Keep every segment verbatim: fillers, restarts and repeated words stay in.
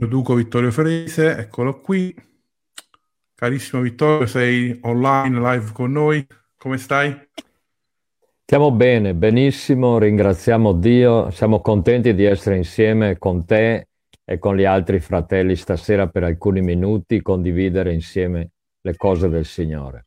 Produco Vittorio Ferese, eccolo qui. Carissimo Vittorio, sei online, live con noi. Come stai? Stiamo bene, benissimo, ringraziamo Dio, siamo contenti di essere insieme con te e con gli altri fratelli stasera per alcuni minuti, condividere insieme le cose del Signore.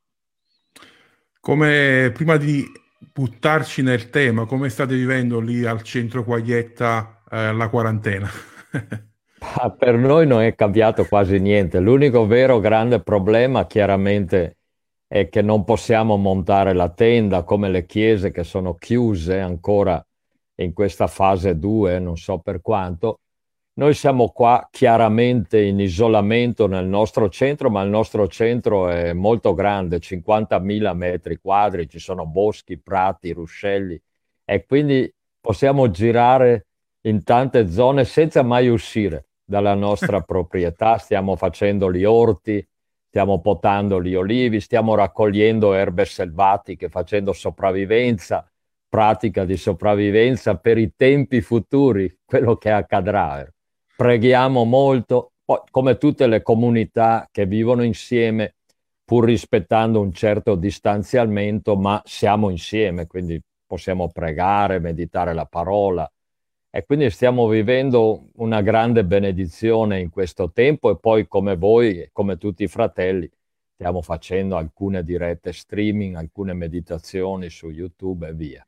Come, prima di buttarci nel tema, come state vivendo lì al centro Quaglietta, eh, la quarantena? Ah, per noi non è cambiato quasi niente. L'unico vero grande problema chiaramente è che non possiamo montare la tenda come le chiese che sono chiuse ancora in questa fase due, non so per quanto. Noi siamo qua chiaramente in isolamento nel nostro centro, ma il nostro centro è molto grande, cinquantamila metri quadri, ci sono boschi, prati, ruscelli e quindi possiamo girare in tante zone senza mai uscire dalla nostra proprietà. Stiamo facendo gli orti, stiamo potando gli olivi, stiamo raccogliendo erbe selvatiche, facendo sopravvivenza, pratica di sopravvivenza per i tempi futuri, quello che accadrà. Preghiamo molto, poi, come tutte le comunità che vivono insieme, pur rispettando un certo distanziamento, ma siamo insieme, quindi possiamo pregare, meditare la parola. E quindi stiamo vivendo una grande benedizione in questo tempo e poi come voi e come tutti i fratelli stiamo facendo alcune dirette streaming, alcune meditazioni su YouTube e via.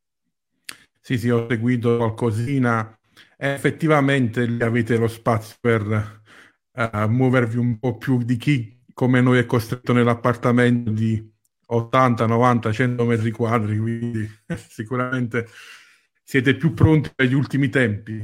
Sì, sì, ho seguito qualcosina. E effettivamente lì avete lo spazio per eh, muovervi un po' più di chi, come noi, è costretto nell'appartamento di ottanta, novanta, cento metri quadri, quindi sicuramente siete più pronti agli ultimi tempi.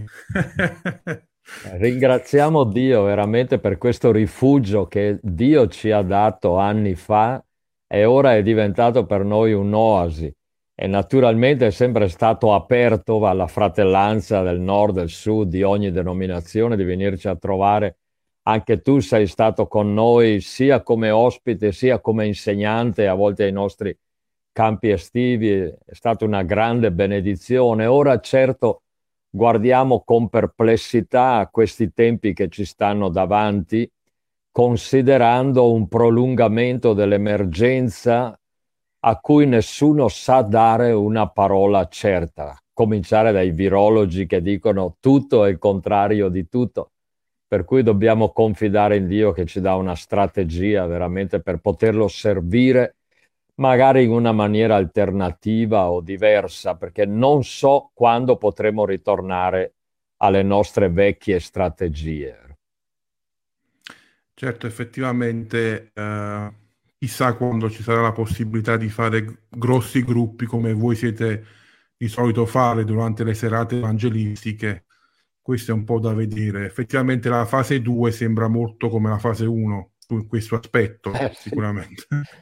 Ringraziamo Dio veramente per questo rifugio che Dio ci ha dato anni fa e ora è diventato per noi un'oasi. E naturalmente è sempre stato aperto alla fratellanza del nord, del sud, di ogni denominazione, di venirci a trovare. Anche tu sei stato con noi sia come ospite sia come insegnante, a volte ai nostri campi estivi. È stata una grande benedizione. Ora certo guardiamo con perplessità a questi tempi che ci stanno davanti, considerando un prolungamento dell'emergenza a cui nessuno sa dare una parola certa. Cominciare dai virologi che dicono tutto è il contrario di tutto, per cui dobbiamo confidare in Dio che ci dà una strategia veramente per poterlo servire magari in una maniera alternativa o diversa, perché non so quando potremo ritornare alle nostre vecchie strategie. Certo, effettivamente, eh, chissà quando ci sarà la possibilità di fare g- grossi gruppi come voi siete di solito fare durante le serate evangelistiche. Questo è un po' da vedere. Effettivamente la fase due sembra molto come la fase uno su questo aspetto, Eh, sì. sicuramente.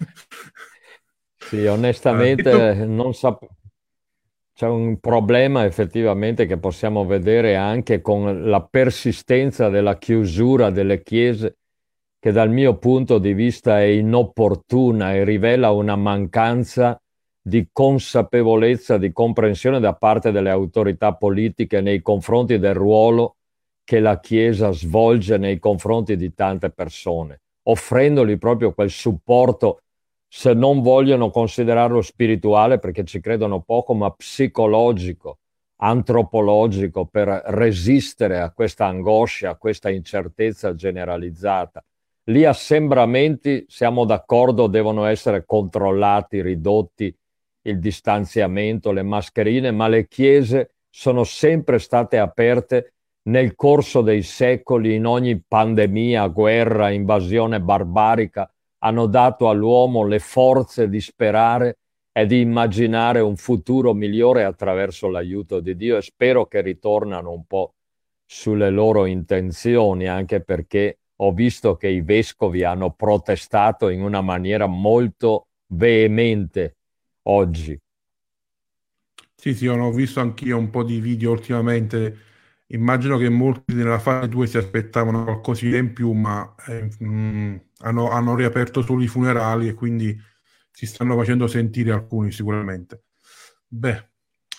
Sì, Eh, detto, onestamente non sapevo. C'è un problema effettivamente che possiamo vedere anche con la persistenza della chiusura delle chiese, che dal mio punto di vista è inopportuna e rivela una mancanza di consapevolezza, di comprensione da parte delle autorità politiche nei confronti del ruolo che la Chiesa svolge nei confronti di tante persone, offrendogli proprio quel supporto, se non vogliono considerarlo spirituale perché ci credono poco, ma psicologico, antropologico, per resistere a questa angoscia, a questa incertezza generalizzata. Gli assembramenti, siamo d'accordo, devono essere controllati, ridotti, il distanziamento, le mascherine, ma le chiese sono sempre state aperte nel corso dei secoli, in ogni pandemia, guerra, invasione barbarica, hanno dato all'uomo le forze di sperare e di immaginare un futuro migliore attraverso l'aiuto di Dio, e spero che ritornano un po' sulle loro intenzioni, anche perché ho visto che i vescovi hanno protestato in una maniera molto veemente oggi. sì, sì, ho visto anch'io un po' di video ultimamente. Immagino che molti nella fase due si aspettavano qualcosina in più, ma eh, mm, hanno, hanno riaperto solo i funerali e quindi si stanno facendo sentire alcuni sicuramente. Beh,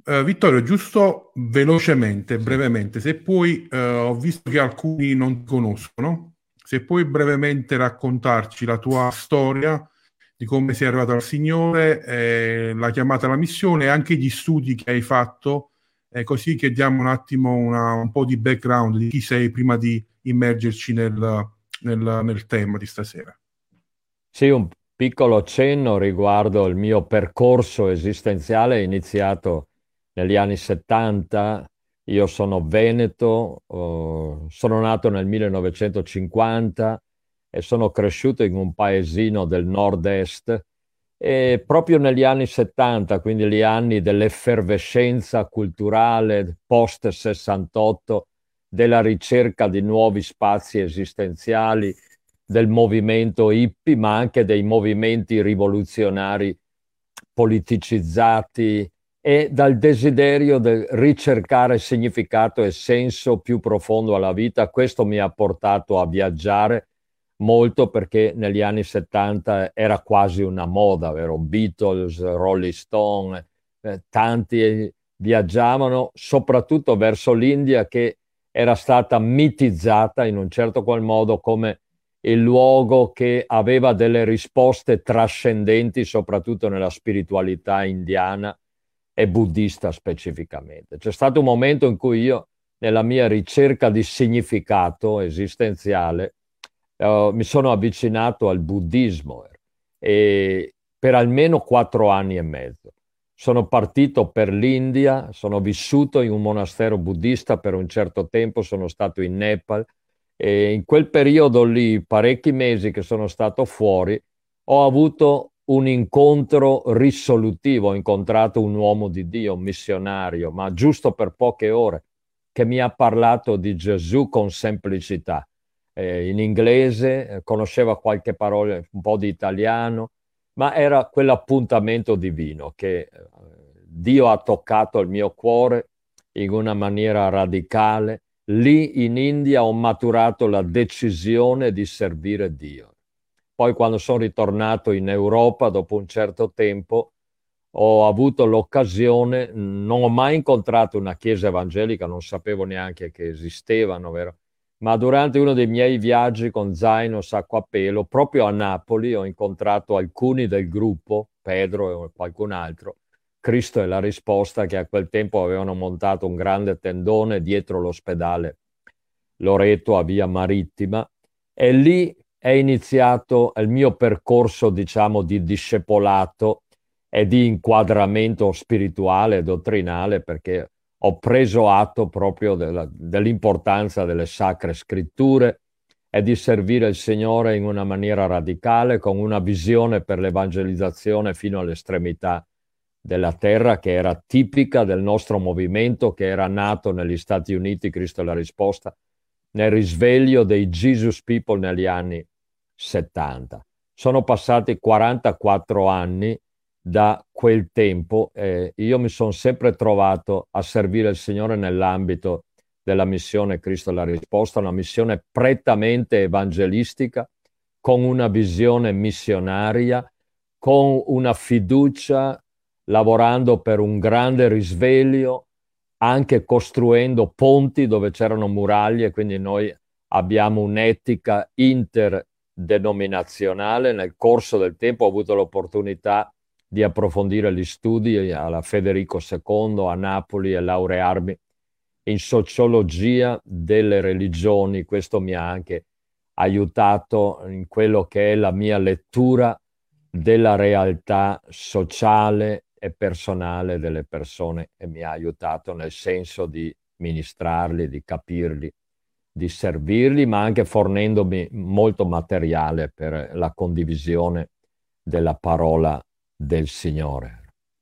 Uh, Vittorio, giusto velocemente, Sì. brevemente, se puoi, uh, ho visto che alcuni non ti conoscono, se puoi brevemente raccontarci la tua storia di come sei arrivato al Signore, eh, la chiamata alla missione e anche gli studi che hai fatto, eh, così che diamo un attimo una, un po' di background di chi sei prima di immergerci nel, nel, nel tema di stasera. Sì, un piccolo accenno riguardo il mio percorso esistenziale è iniziato negli anni settanta. Io sono veneto, eh, sono nato nel millenovecentocinquanta e sono cresciuto in un paesino del nord-est e proprio negli anni settanta, quindi gli anni dell'effervescenza culturale post sessantotto, della ricerca di nuovi spazi esistenziali, del movimento hippie, ma anche dei movimenti rivoluzionari politicizzati e dal desiderio di ricercare significato e senso più profondo alla vita. Questo mi ha portato a viaggiare molto perché negli anni settanta era quasi una moda, vero? Beatles, Rolling Stone, eh, tanti viaggiavano soprattutto verso l'India, che era stata mitizzata in un certo qual modo come il luogo che aveva delle risposte trascendenti, soprattutto nella spiritualità indiana e buddista specificamente. C'è stato un momento in cui io, nella mia ricerca di significato esistenziale, eh, mi sono avvicinato al buddismo e per almeno quattro anni e mezzo. Sono partito per l'India, sono vissuto in un monastero buddista per un certo tempo, sono stato in Nepal e in quel periodo lì, parecchi mesi che sono stato fuori, ho avuto un incontro risolutivo, ho incontrato un uomo di Dio, un missionario, ma giusto per poche ore, che mi ha parlato di Gesù con semplicità. Eh, in inglese, eh, conosceva qualche parola, un po' di italiano, ma era quell'appuntamento divino che eh, Dio ha toccato il mio cuore in una maniera radicale. Lì in India ho maturato la decisione di servire Dio. Poi quando sono ritornato in Europa, dopo un certo tempo, ho avuto l'occasione, non ho mai incontrato una chiesa evangelica, non sapevo neanche che esistevano, vero? Ma durante uno dei miei viaggi con zaino, sacco a pelo, proprio a Napoli, ho incontrato alcuni del gruppo, Pedro e qualcun altro. Cristo è la risposta, che a quel tempo avevano montato un grande tendone dietro l'ospedale Loreto a Via Marittima, e lì è iniziato il mio percorso, diciamo, di discepolato e di inquadramento spirituale e dottrinale, perché ho preso atto proprio della, dell'importanza delle sacre scritture e di servire il Signore in una maniera radicale, con una visione per l'evangelizzazione fino all'estremità della terra, che era tipica del nostro movimento, che era nato negli Stati Uniti, Cristo è la risposta, nel risveglio dei Jesus People negli anni settanta. Sono passati quarantaquattro anni da quel tempo e io mi sono sempre trovato a servire il Signore nell'ambito della missione Cristo è la risposta, una missione prettamente evangelistica, con una visione missionaria, con una fiducia, lavorando per un grande risveglio, anche costruendo ponti dove c'erano muraglie, quindi noi abbiamo un'etica interdenominazionale. Nel corso del tempo ho avuto l'opportunità di approfondire gli studi alla Federico secondo a Napoli e laurearmi in sociologia delle religioni. Questo mi ha anche aiutato in quello che è la mia lettura della realtà sociale e personale delle persone, e mi ha aiutato nel senso di ministrarli, di capirli, di servirli, ma anche fornendomi molto materiale per la condivisione della parola del Signore.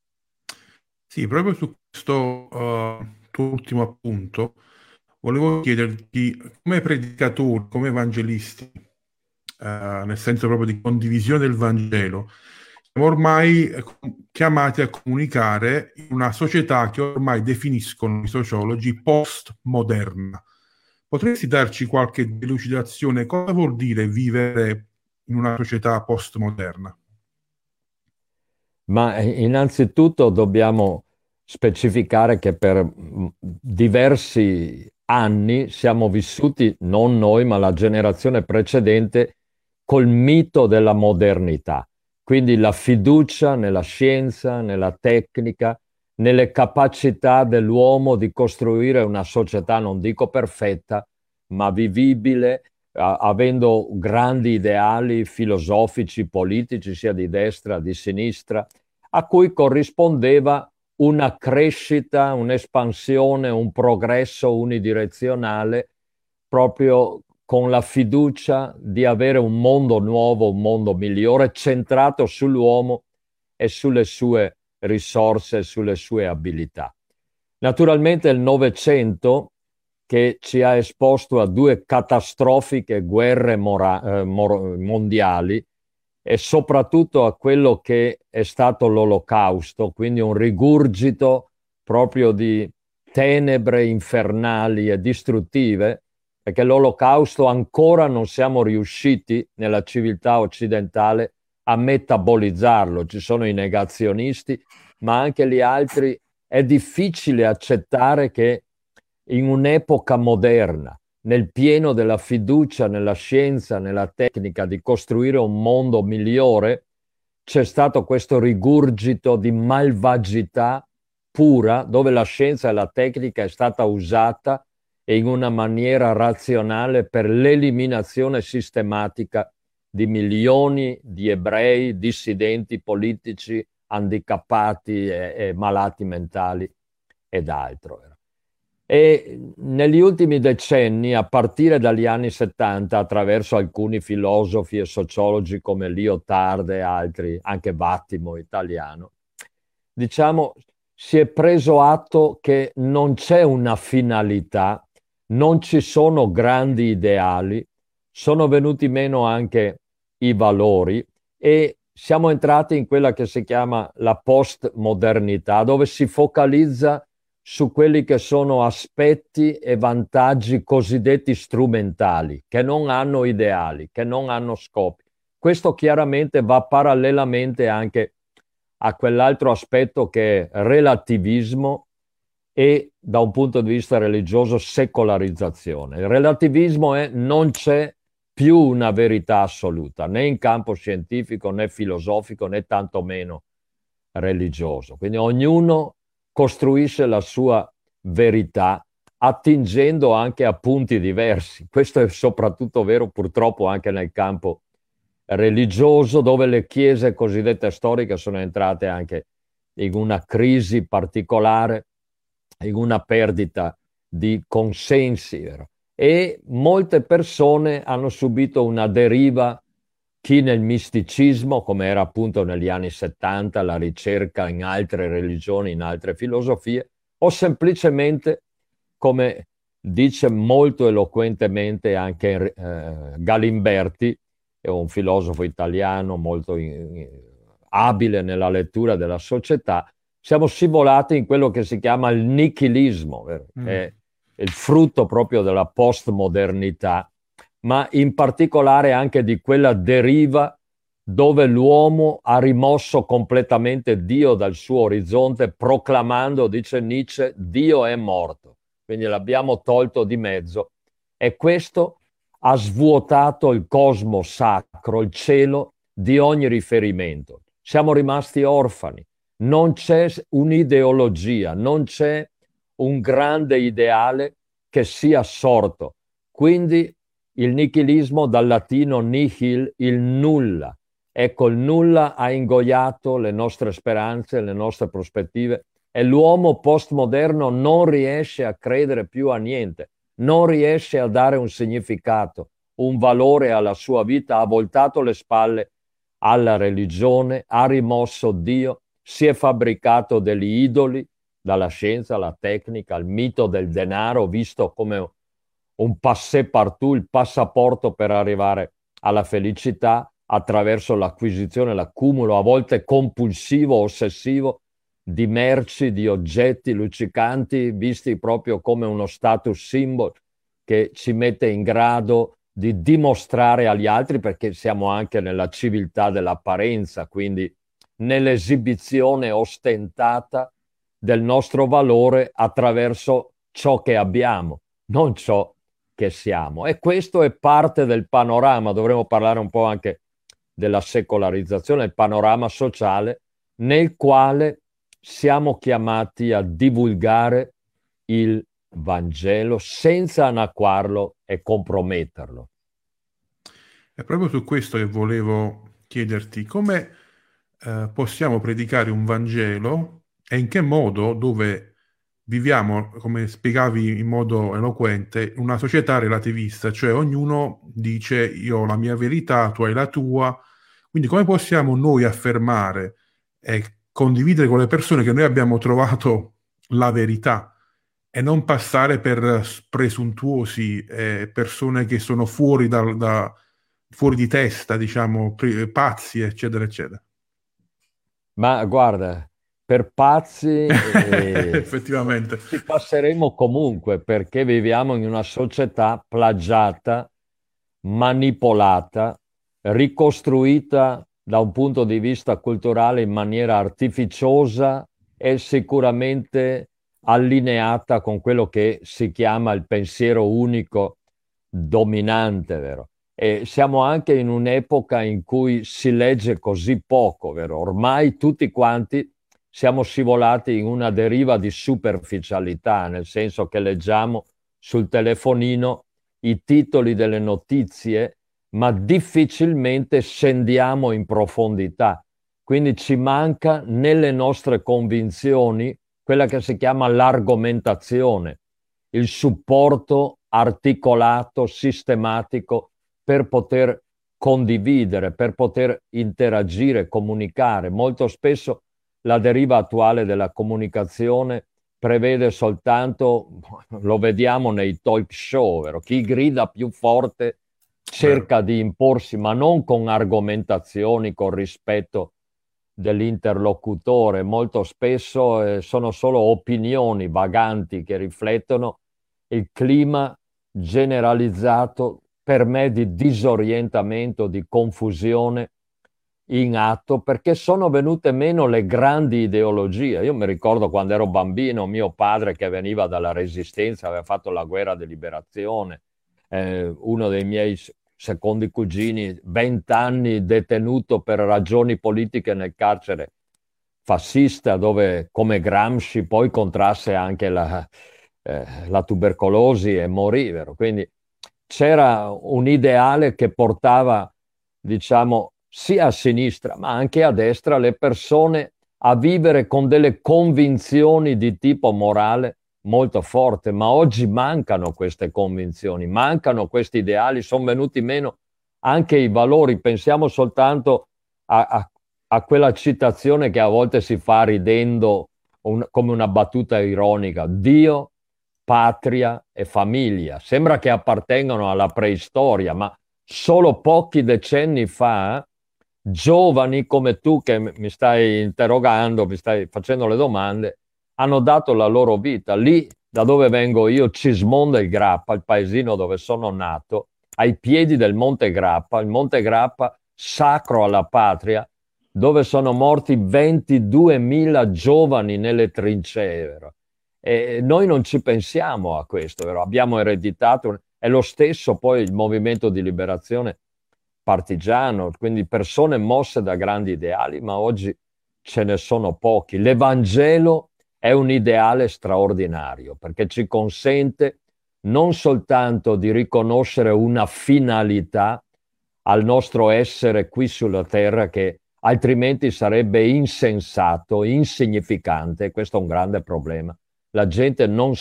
Sì, proprio su questo uh, tuo ultimo appunto, volevo chiederti come predicatori, come evangelisti, uh, nel senso proprio di condivisione del Vangelo, siamo ormai eh, chiamati a comunicare in una società che ormai definiscono i sociologi postmoderna. Potresti darci qualche delucidazione? Cosa vuol dire vivere in una società postmoderna? Ma innanzitutto dobbiamo specificare che per diversi anni siamo vissuti, non noi, ma la generazione precedente, col mito della modernità. Quindi la fiducia nella scienza, nella tecnica, nelle capacità dell'uomo di costruire una società, non dico perfetta, ma vivibile, avendo grandi ideali filosofici, politici, sia di destra, di sinistra, a cui corrispondeva una crescita, un'espansione, un progresso unidirezionale, proprio con la fiducia di avere un mondo nuovo, un mondo migliore, centrato sull'uomo e sulle sue risorse, sulle sue abilità. Naturalmente il Novecento, che ci ha esposto a due catastrofiche guerre mora- eh, mor- mondiali, e soprattutto a quello che è stato l'Olocausto, quindi un rigurgito proprio di tenebre infernali e distruttive, perché l'Olocausto ancora non siamo riusciti nella civiltà occidentale a metabolizzarlo. Ci sono i negazionisti, ma anche gli altri. È difficile accettare che in un'epoca moderna, nel pieno della fiducia nella scienza, nella tecnica di costruire un mondo migliore, c'è stato questo rigurgito di malvagità pura, dove la scienza e la tecnica è stata usata in una maniera razionale per l'eliminazione sistematica di milioni di ebrei, dissidenti politici, handicappati e, e malati mentali ed altro. E negli ultimi decenni, a partire dagli anni settanta, attraverso alcuni filosofi e sociologi come Lyotard e altri, anche Vattimo italiano, diciamo, si è preso atto che non c'è una finalità, non ci sono grandi ideali, sono venuti meno anche i valori e siamo entrati in quella che si chiama la postmodernità, dove si focalizza su quelli che sono aspetti e vantaggi cosiddetti strumentali, che non hanno ideali, che non hanno scopi. Questo chiaramente va parallelamente anche a quell'altro aspetto che è relativismo e, da un punto di vista religioso, secolarizzazione. Il relativismo è non c'è più una verità assoluta, né in campo scientifico, né filosofico, né tantomeno religioso. Quindi ognuno costruisce la sua verità attingendo anche a punti diversi. Questo è soprattutto vero purtroppo anche nel campo religioso, dove le chiese cosiddette storiche sono entrate anche in una crisi particolare, in una perdita di consensi, vero? E molte persone hanno subito una deriva, chi nel misticismo, come era appunto negli anni settanta, la ricerca in altre religioni, in altre filosofie, o semplicemente, come dice molto eloquentemente anche eh, Galimberti, è un filosofo italiano molto in, in, abile nella lettura della società, siamo scivolati in quello che si chiama il nichilismo, vero? Mm. È il frutto proprio della postmodernità, ma in particolare anche di quella deriva dove l'uomo ha rimosso completamente Dio dal suo orizzonte, proclamando, dice Nietzsche, Dio è morto. Quindi l'abbiamo tolto di mezzo e questo ha svuotato il cosmo sacro, il cielo, di ogni riferimento. Siamo rimasti orfani, non c'è un'ideologia, non c'è un grande ideale che sia sorto. Quindi il nichilismo, dal latino nihil, il nulla. Ecco, il nulla ha ingoiato le nostre speranze, le nostre prospettive e l'uomo postmoderno non riesce a credere più a niente, non riesce a dare un significato, un valore alla sua vita, ha voltato le spalle alla religione, ha rimosso Dio, si è fabbricato degli idoli, dalla scienza alla tecnica, al mito del denaro, visto come un passé-partout, il passaporto per arrivare alla felicità attraverso l'acquisizione, l'accumulo, a volte compulsivo, ossessivo, di merci, di oggetti luccicanti, visti proprio come uno status symbol che ci mette in grado di dimostrare agli altri, perché siamo anche nella civiltà dell'apparenza, quindi nell'esibizione ostentata del nostro valore attraverso ciò che abbiamo, non ciò che siamo. E questo è parte del panorama, dovremmo parlare un po' anche della secolarizzazione, il panorama sociale nel quale siamo chiamati a divulgare il Vangelo senza annacquarlo e comprometterlo. È proprio su questo che volevo chiederti, come eh, possiamo predicare un Vangelo e in che modo, dove viviamo, come spiegavi in modo eloquente, una società relativista, cioè ognuno dice io ho la mia verità, tu hai la tua, quindi come possiamo noi affermare e condividere con le persone che noi abbiamo trovato la verità e non passare per presuntuosi, eh, persone che sono fuori dal, da, fuori di testa, diciamo, pri- pazzi, eccetera, eccetera. Ma guarda, per pazzi eh, Effettivamente. ci passeremo comunque perché viviamo in una società plagiata, manipolata, ricostruita da un punto di vista culturale in maniera artificiosa e sicuramente allineata con quello che si chiama il pensiero unico dominante, vero? E siamo anche in un'epoca in cui si legge così poco, vero? Ormai tutti quanti siamo scivolati in una deriva di superficialità, nel senso che leggiamo sul telefonino i titoli delle notizie, ma difficilmente scendiamo in profondità. Quindi ci manca nelle nostre convinzioni quella che si chiama l'argomentazione, il supporto articolato, sistematico per poter condividere, per poter interagire, comunicare. Molto spesso la deriva attuale della comunicazione prevede soltanto, lo vediamo nei talk show, vero? Chi grida più forte Vero. cerca di imporsi, ma non con argomentazioni, con rispetto dell'interlocutore. Molto spesso eh, sono solo opinioni vaganti che riflettono il clima generalizzato per me di disorientamento, di confusione in atto, perché sono venute meno le grandi ideologie. Io mi ricordo quando ero bambino, mio padre che veniva dalla Resistenza, aveva fatto la guerra di liberazione, eh, uno dei miei secondi cugini, vent'anni detenuto per ragioni politiche nel carcere fascista, dove come Gramsci poi contrasse anche la, eh, la tubercolosi e morì, vero? Quindi c'era un ideale che portava, diciamo, sia a sinistra ma anche a destra le persone a vivere con delle convinzioni di tipo morale molto forte, ma oggi mancano queste convinzioni, mancano questi ideali, sono venuti meno anche i valori. Pensiamo soltanto a, a, a quella citazione che a volte si fa ridendo un, come una battuta ironica: Dio, patria e famiglia. Sembra che appartengano alla preistoria, ma solo pochi decenni fa giovani come tu che mi stai interrogando, mi stai facendo le domande, hanno dato la loro vita. Lì da dove vengo io, Cismon del Grappa, il paesino dove sono nato, ai piedi del Monte Grappa, il Monte Grappa sacro alla patria, dove sono morti ventiduemila giovani nelle trincee, vero? E noi non ci pensiamo a questo, vero? Abbiamo ereditato, è lo stesso poi il movimento di liberazione partigiano, quindi persone mosse da grandi ideali, ma oggi ce ne sono pochi. L'Evangelo è un ideale straordinario perché ci consente non soltanto di riconoscere una finalità al nostro essere qui sulla terra che altrimenti sarebbe insensato, insignificante. Questo è un grande problema. La gente non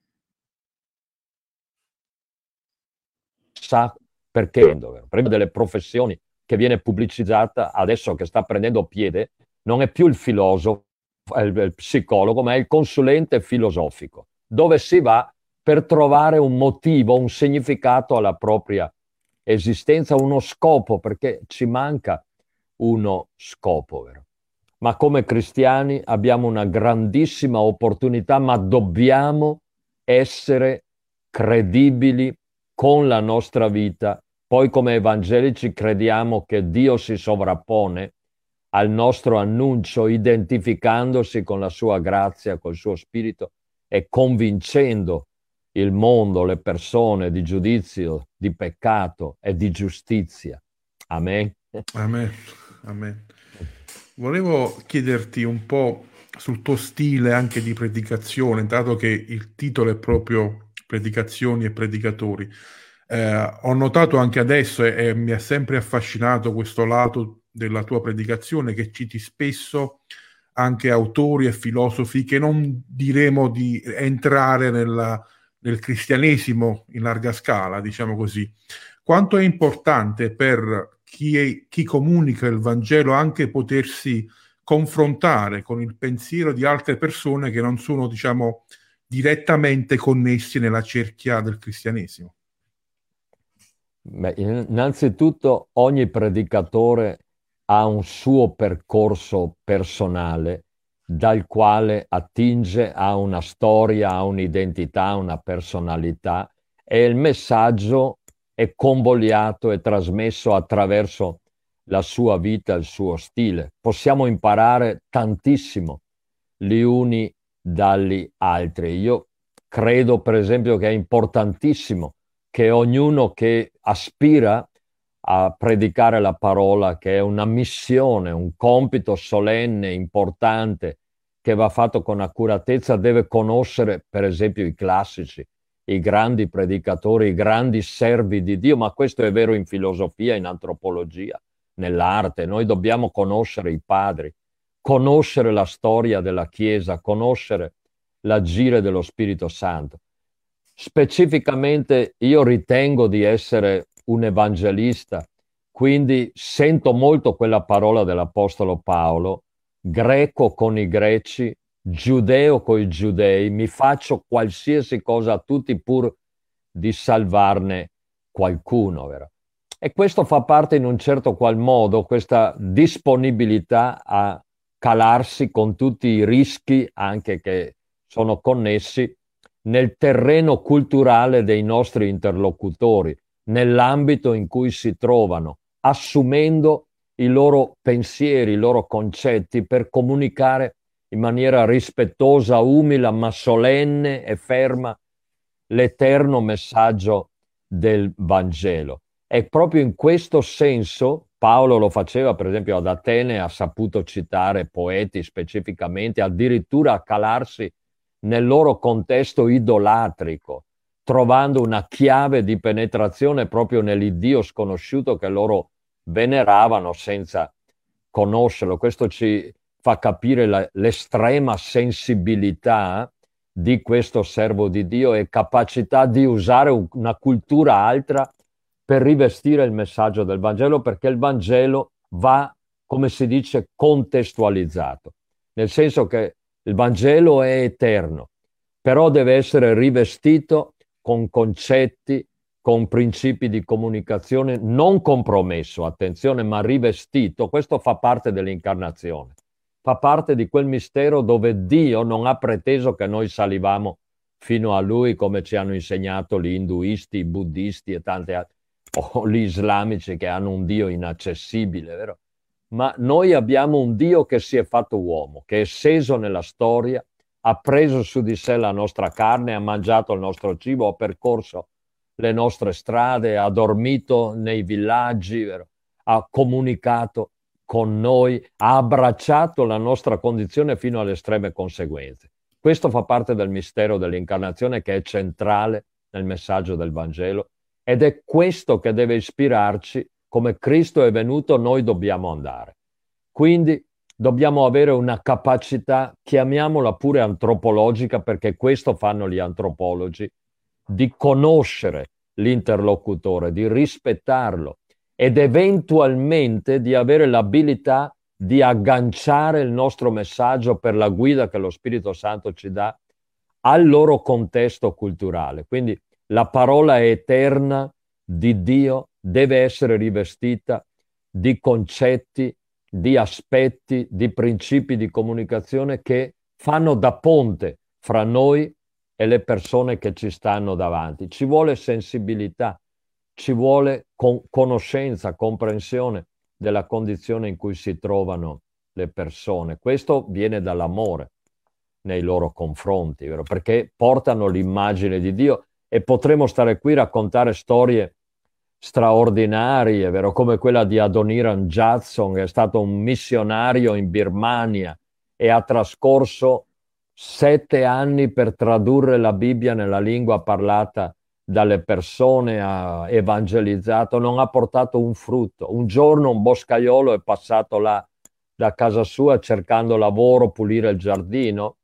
sa perché. Per delle professioni che viene pubblicizzata adesso, che sta prendendo piede, non è più il filosofo, è il, il psicologo, ma è il consulente filosofico, dove si va per trovare un motivo, un significato alla propria esistenza, uno scopo, perché ci manca uno scopo, vero? Ma come cristiani abbiamo una grandissima opportunità, ma dobbiamo essere credibili con la nostra vita. Poi come evangelici crediamo che Dio si sovrappone al nostro annuncio, identificandosi con la sua grazia, col suo spirito e convincendo il mondo, le persone di giudizio, di peccato e di giustizia. Amen. Amen. Amen. Volevo chiederti un po' sul tuo stile anche di predicazione, dato che il titolo è proprio Predicazioni e Predicatori. Eh, ho notato anche adesso, e, e mi ha sempre affascinato questo lato della tua predicazione, che citi spesso anche autori e filosofi che non diremo di entrare nella, nel cristianesimo in larga scala, diciamo così. Quanto è importante per chi, è, chi comunica il Vangelo anche potersi confrontare con il pensiero di altre persone che non sono, diciamo, direttamente connessi nella cerchia del cristianesimo? Beh, innanzitutto ogni predicatore ha un suo percorso personale dal quale attinge a una storia, a un'identità, a una personalità, e il messaggio è convogliato e trasmesso attraverso la sua vita, il suo stile. Possiamo imparare tantissimo gli uni dagli altri. Io credo, per esempio, che è importantissimo che ognuno che aspira a predicare la parola, che è una missione, un compito solenne, importante, che va fatto con accuratezza, deve conoscere, per esempio, i classici, i grandi predicatori, i grandi servi di Dio, ma questo è vero in filosofia, in antropologia, nell'arte. Noi dobbiamo conoscere i padri, conoscere la storia della Chiesa, conoscere l'agire dello Spirito Santo. Specificamente io ritengo di essere un evangelista, quindi sento molto quella parola dell'Apostolo Paolo: greco con i greci, giudeo con i giudei, mi faccio qualsiasi cosa a tutti pur di salvarne qualcuno, vero? E questo fa parte in un certo qual modo, questa disponibilità a calarsi con tutti i rischi anche che sono connessi nel terreno culturale dei nostri interlocutori, nell'ambito in cui si trovano, assumendo i loro pensieri, i loro concetti per comunicare in maniera rispettosa, umile, ma solenne e ferma l'eterno messaggio del Vangelo. E proprio in questo senso Paolo lo faceva, per esempio ad Atene, ha saputo citare poeti specificamente, addirittura a calarsi nel loro contesto idolatrico, trovando una chiave di penetrazione proprio nell'Iddio sconosciuto che loro veneravano senza conoscerlo. Questo ci fa capire la, l'estrema sensibilità di questo servo di Dio e capacità di usare una cultura altra per rivestire il messaggio del Vangelo, perché il Vangelo va, come si dice, contestualizzato, nel senso che il Vangelo è eterno, però deve essere rivestito con concetti, con principi di comunicazione, non compromesso, attenzione, ma rivestito. Questo fa parte dell'incarnazione, fa parte di quel mistero dove Dio non ha preteso che noi salivamo fino a Lui, come ci hanno insegnato gli induisti, i buddisti e tanti altri, o gli islamici che hanno un Dio inaccessibile, vero? Ma noi abbiamo un Dio che si è fatto uomo, che è sceso nella storia, ha preso su di sé la nostra carne, ha mangiato il nostro cibo, ha percorso le nostre strade, ha dormito nei villaggi, vero? Ha comunicato con noi, ha abbracciato la nostra condizione fino alle estreme conseguenze. Questo fa parte del mistero dell'incarnazione, che è centrale nel messaggio del Vangelo, ed è questo che deve ispirarci. Come Cristo è venuto, noi dobbiamo andare. Quindi dobbiamo avere una capacità, chiamiamola pure antropologica, perché questo fanno gli antropologi, di conoscere l'interlocutore, di rispettarlo ed eventualmente di avere l'abilità di agganciare il nostro messaggio, per la guida che lo Spirito Santo ci dà, al loro contesto culturale. Quindi la parola eterna di Dio deve essere rivestita di concetti, di aspetti, di principi di comunicazione che fanno da ponte fra noi e le persone che ci stanno davanti. Ci vuole sensibilità, ci vuole con- conoscenza, comprensione della condizione in cui si trovano le persone. Questo viene dall'amore nei loro confronti, vero? Perché portano l'immagine di Dio, e potremmo stare qui a raccontare storie straordinarie, vero? Come quella di Adoniram Judson, che è stato un missionario in Birmania e ha trascorso sette anni per tradurre la Bibbia nella lingua parlata dalle persone, ha evangelizzato, non ha portato un frutto. Un giorno un boscaiolo è passato là da casa sua cercando lavoro, pulire il giardino,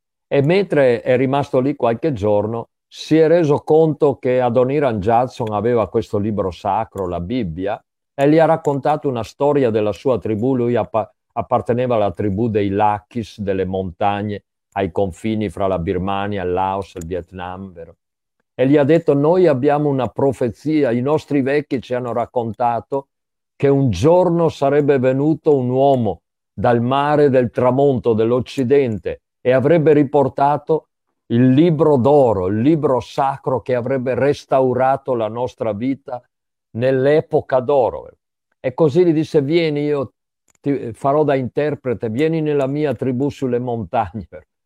e mentre è rimasto lì qualche giorno si è reso conto che Adoniram Judson aveva questo libro sacro, la Bibbia, e gli ha raccontato una storia della sua tribù. Lui appa- apparteneva alla tribù dei Lakis, delle montagne ai confini fra la Birmania, il Laos e il Vietnam, vero? E gli ha detto: noi abbiamo una profezia, i nostri vecchi ci hanno raccontato che un giorno sarebbe venuto un uomo dal mare del tramonto, dell'Occidente, e avrebbe riportato il libro d'oro, il libro sacro che avrebbe restaurato la nostra vita nell'epoca d'oro. E così gli disse: vieni, io ti farò da interprete, vieni nella mia tribù sulle montagne.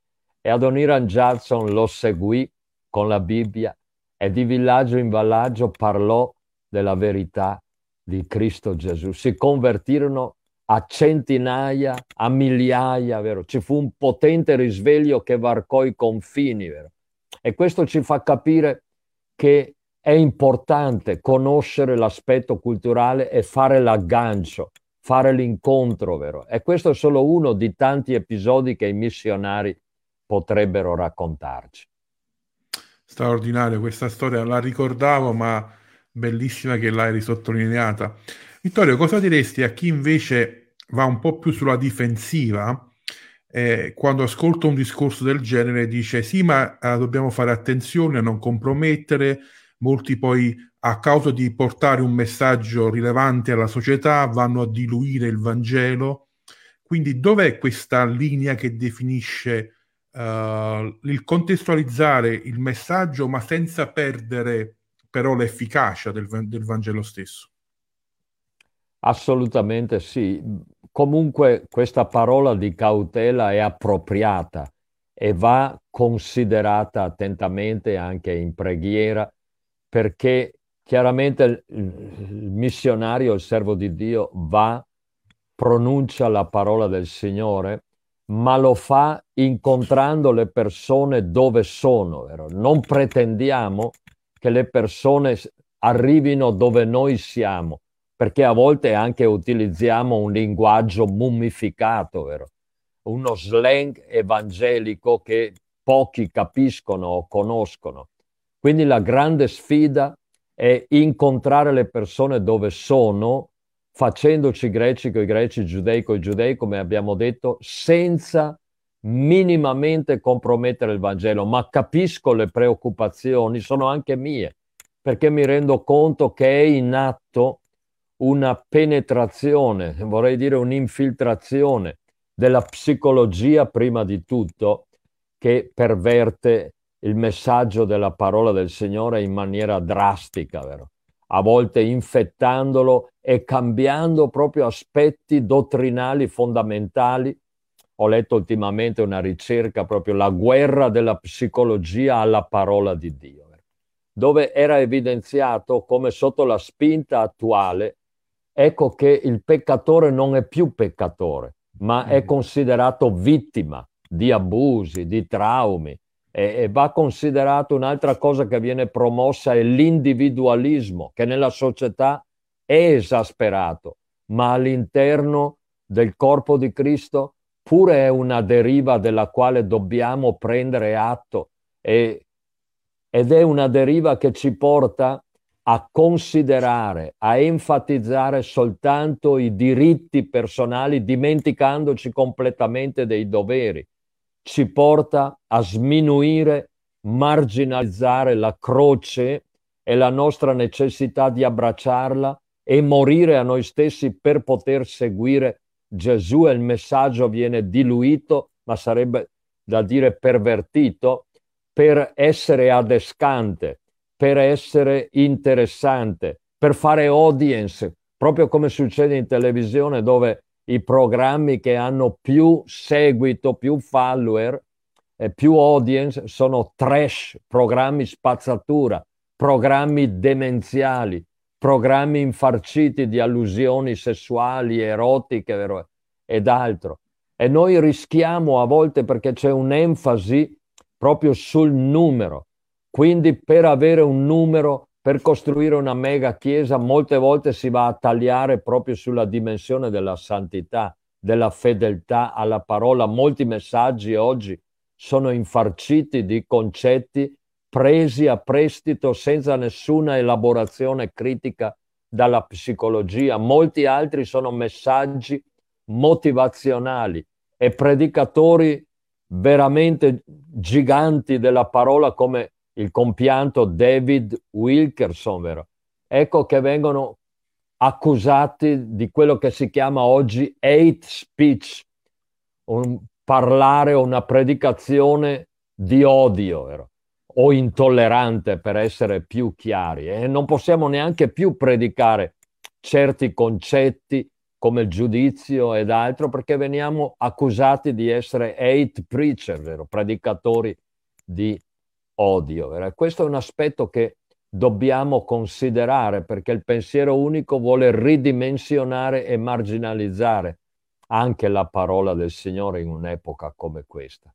E Adoniram Judson lo seguì con la Bibbia e di villaggio in villaggio parlò della verità di Cristo Gesù. Si convertirono a centinaia, a migliaia, vero? Ci fu un potente risveglio che varcò i confini, vero? E questo ci fa capire che è importante conoscere l'aspetto culturale e fare l'aggancio, fare l'incontro, vero? E questo è solo uno di tanti episodi che i missionari potrebbero raccontarci. Straordinario, questa storia la ricordavo, ma bellissima che l'hai risottolineata. Vittorio, cosa diresti a chi invece va un po' più sulla difensiva, eh, quando ascolta un discorso del genere dice sì, ma eh, dobbiamo fare attenzione a non compromettere, molti poi a causa di portare un messaggio rilevante alla società vanno a diluire il Vangelo. Quindi dov'è questa linea che definisce uh, il contestualizzare il messaggio ma senza perdere però l'efficacia del, del Vangelo stesso? Assolutamente sì. Comunque questa parola di cautela è appropriata e va considerata attentamente anche in preghiera, perché chiaramente il, il missionario, il servo di Dio, va, pronuncia la parola del Signore, ma lo fa incontrando le persone dove sono, vero? Non pretendiamo che le persone arrivino dove noi siamo, perché a volte anche utilizziamo un linguaggio mummificato, vero? Uno slang evangelico che pochi capiscono o conoscono. Quindi la grande sfida è incontrare le persone dove sono, facendoci greci coi greci, giudei coi giudei, come abbiamo detto, senza minimamente compromettere il Vangelo. Ma capisco le preoccupazioni, sono anche mie, perché mi rendo conto che è in atto una penetrazione, vorrei dire un'infiltrazione della psicologia prima di tutto, che perverte il messaggio della parola del Signore in maniera drastica, vero? A volte infettandolo e cambiando proprio aspetti dottrinali fondamentali. Ho letto ultimamente una ricerca, proprio la guerra della psicologia alla parola di Dio, vero? Dove era evidenziato come sotto la spinta attuale, ecco che il peccatore non è più peccatore, ma è considerato vittima di abusi, di traumi, e, e va considerato un'altra cosa che viene promossa è l'individualismo, che nella società è esasperato, ma all'interno del corpo di Cristo pure è una deriva della quale dobbiamo prendere atto, e, ed è una deriva che ci porta a considerare, a enfatizzare soltanto i diritti personali, dimenticandoci completamente dei doveri. Ci porta a sminuire, marginalizzare la croce e la nostra necessità di abbracciarla e morire a noi stessi per poter seguire Gesù, e il messaggio viene diluito, ma sarebbe da dire pervertito, per essere adescante, per essere interessante, per fare audience proprio come succede in televisione, dove i programmi che hanno più seguito, più follower e più audience sono trash, programmi spazzatura, programmi demenziali, programmi infarciti di allusioni sessuali, erotiche, vero? Ed altro. E noi rischiamo a volte, perché c'è un'enfasi proprio sul numero. Quindi per avere un numero, per costruire una mega chiesa, molte volte si va a tagliare proprio sulla dimensione della santità, della fedeltà alla parola. Molti messaggi oggi sono infarciti di concetti presi a prestito senza nessuna elaborazione critica dalla psicologia. Molti altri sono messaggi motivazionali e predicatori veramente giganti della parola, come il compianto David Wilkerson, vero? Ecco che vengono accusati di quello che si chiama oggi hate speech, un parlare o una predicazione di odio, vero? O intollerante, per essere più chiari, e non possiamo neanche più predicare certi concetti come il giudizio ed altro, perché veniamo accusati di essere hate preacher, vero? Predicatori di odio, vero? E questo è un aspetto che dobbiamo considerare, perché il pensiero unico vuole ridimensionare e marginalizzare anche la parola del Signore in un'epoca come questa.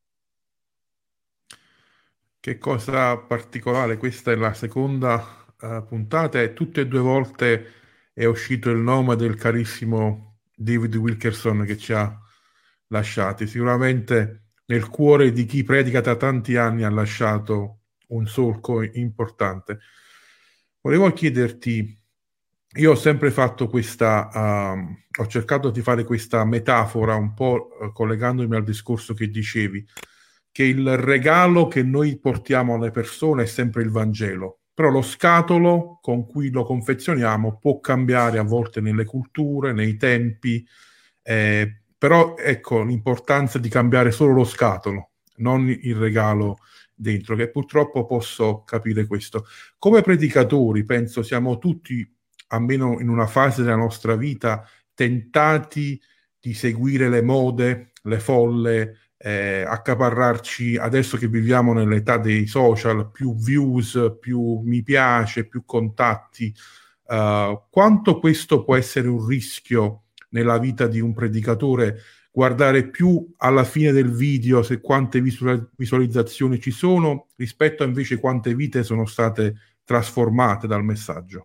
Che cosa particolare, questa è la seconda uh, puntata e tutte e due volte è uscito il nome del carissimo David Wilkerson che ci ha lasciati. Sicuramente nel cuore di chi predica da tanti anni ha lasciato un solco importante. Volevo chiederti, io ho sempre fatto questa, uh, ho cercato di fare questa metafora un po' uh, collegandomi al discorso che dicevi, che il regalo che noi portiamo alle persone è sempre il Vangelo, però lo scatolo con cui lo confezioniamo può cambiare a volte nelle culture, nei tempi, eh, però ecco l'importanza di cambiare solo lo scatolo, non il regalo dentro, che purtroppo posso capire questo. Come predicatori, penso siamo tutti, almeno in una fase della nostra vita, tentati di seguire le mode, le folle, eh, accaparrarci, adesso che viviamo nell'età dei social, più views, più mi piace, più contatti. Uh, quanto questo può essere un rischio nella vita di un predicatore, guardare più alla fine del video se quante visual- visualizzazioni ci sono rispetto a invece quante vite sono state trasformate dal messaggio?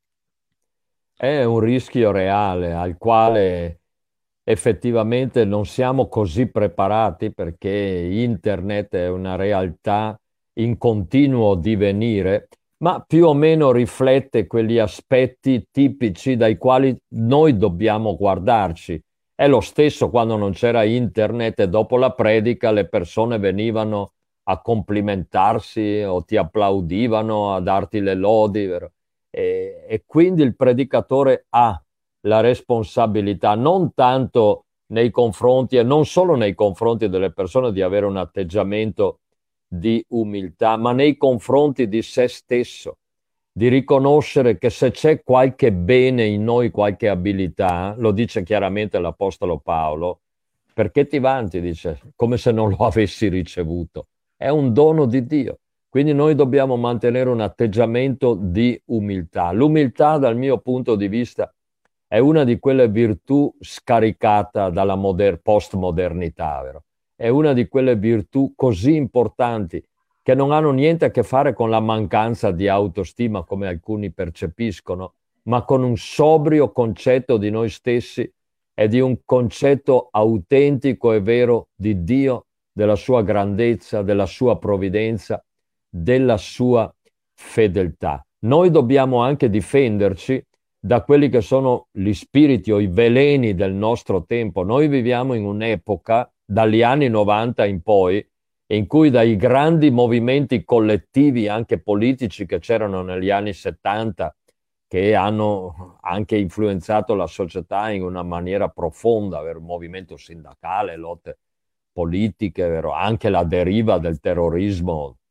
È un rischio reale al quale effettivamente non siamo così preparati, perché internet è una realtà in continuo divenire, ma più o meno riflette quegli aspetti tipici dai quali noi dobbiamo guardarci. È lo stesso quando non c'era internet e dopo la predica le persone venivano a complimentarsi o ti applaudivano, a darti le lodi, vero? E, e quindi il predicatore ha la responsabilità non tanto nei confronti e non solo nei confronti delle persone di avere un atteggiamento di umiltà, ma nei confronti di se stesso, di riconoscere che se c'è qualche bene in noi, qualche abilità, lo dice chiaramente l'Apostolo Paolo, perché ti vanti, dice, come se non lo avessi ricevuto. È un dono di Dio. Quindi noi dobbiamo mantenere un atteggiamento di umiltà. L'umiltà, dal mio punto di vista, è una di quelle virtù scaricata dalla moder- postmodernità, vero? È una di quelle virtù così importanti che non hanno niente a che fare con la mancanza di autostima, come alcuni percepiscono, ma con un sobrio concetto di noi stessi e di un concetto autentico e vero di Dio, della sua grandezza, della sua provvidenza, della sua fedeltà. Noi dobbiamo anche difenderci da quelli che sono gli spiriti o i veleni del nostro tempo. Noi viviamo in un'epoca, dagli anni novanta in poi, in cui dai grandi movimenti collettivi, anche politici, che c'erano negli anni settanta, che hanno anche influenzato la società in una maniera profonda, vero? Il movimento sindacale, lotte politiche, vero? Anche la deriva del terrorismo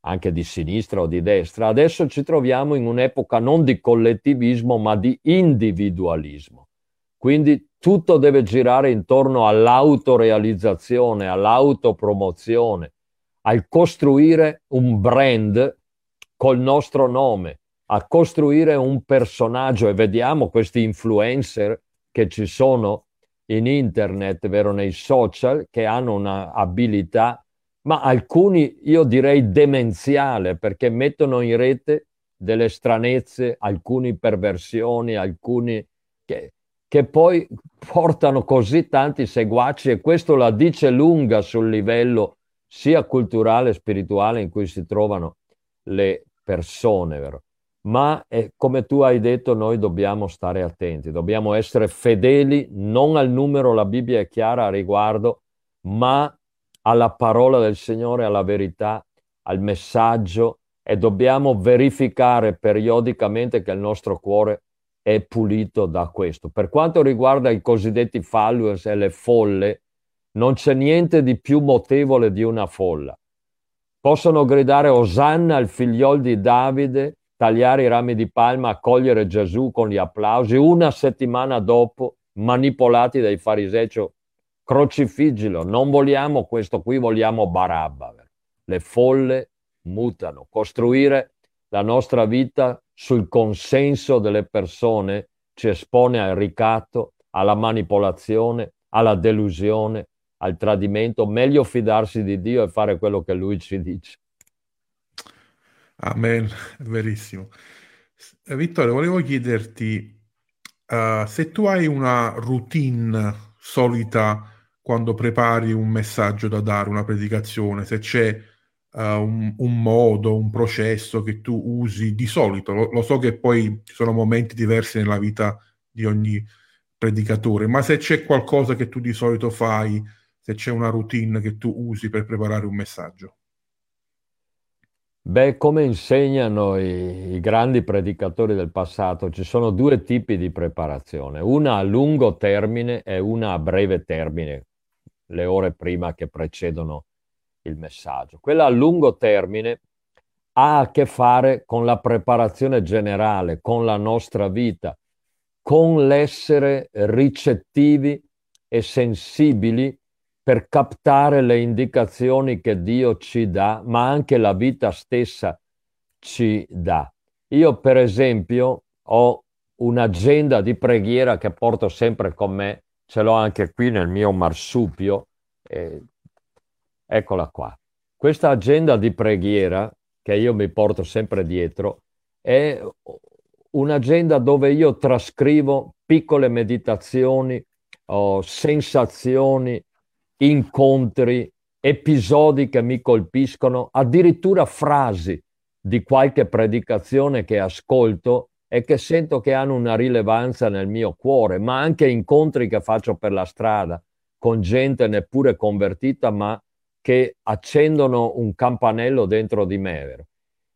anche di sinistra o di destra. Adesso ci troviamo in un'epoca non di collettivismo, ma di individualismo. Quindi tutto deve girare intorno all'autorealizzazione, all'autopromozione, al costruire un brand col nostro nome, a costruire un personaggio. E vediamo questi influencer che ci sono in internet, vero, nei social, che hanno una abilità, ma alcuni io direi demenziale, perché mettono in rete delle stranezze, alcune perversioni, alcuni che, che poi portano così tanti seguaci, e questo la dice lunga sul livello sia culturale e spirituale in cui si trovano le persone, vero? Ma eh, come tu hai detto, noi dobbiamo stare attenti, dobbiamo essere fedeli non al numero, la Bibbia è chiara a riguardo, ma alla parola del Signore, alla verità, al messaggio, e dobbiamo verificare periodicamente che il nostro cuore è pulito da questo. Per quanto riguarda i cosiddetti followers e le folle, non c'è niente di più mutevole di una folla. Possono gridare Osanna al figliol di Davide, tagliare i rami di palma, accogliere Gesù con gli applausi, una settimana dopo, manipolati dai farisei, cioè, crocifiggilo, non vogliamo questo qui, vogliamo Barabba. Le folle mutano. Costruire la nostra vita sul consenso delle persone ci espone al ricatto, alla manipolazione, alla delusione, al tradimento. Meglio fidarsi di Dio e fare quello che Lui ci dice. Amen, è verissimo. Eh, Vittorio, volevo chiederti eh, se tu hai una routine solita quando prepari un messaggio da dare, una predicazione, se c'è eh, un, un modo, un processo che tu usi di solito. Lo, lo so che poi ci sono momenti diversi nella vita di ogni predicatore, ma se c'è qualcosa che tu di solito fai, se c'è una routine che tu usi per preparare un messaggio. Beh, come insegnano i, i grandi predicatori del passato, ci sono due tipi di preparazione, una a lungo termine e una a breve termine, le ore prima che precedono il messaggio. Quella a lungo termine ha a che fare con la preparazione generale, con la nostra vita, con l'essere ricettivi e sensibili per captare le indicazioni che Dio ci dà, ma anche la vita stessa ci dà. Io, per esempio, ho un'agenda di preghiera che porto sempre con me, ce l'ho anche qui nel mio marsupio, eh, eccola qua. Questa agenda di preghiera che io mi porto sempre dietro è un'agenda dove io trascrivo piccole meditazioni, oh, sensazioni, incontri, episodi che mi colpiscono, addirittura frasi di qualche predicazione che ascolto e che sento che hanno una rilevanza nel mio cuore, ma anche incontri che faccio per la strada con gente neppure convertita, ma che accendono un campanello dentro di me, vero?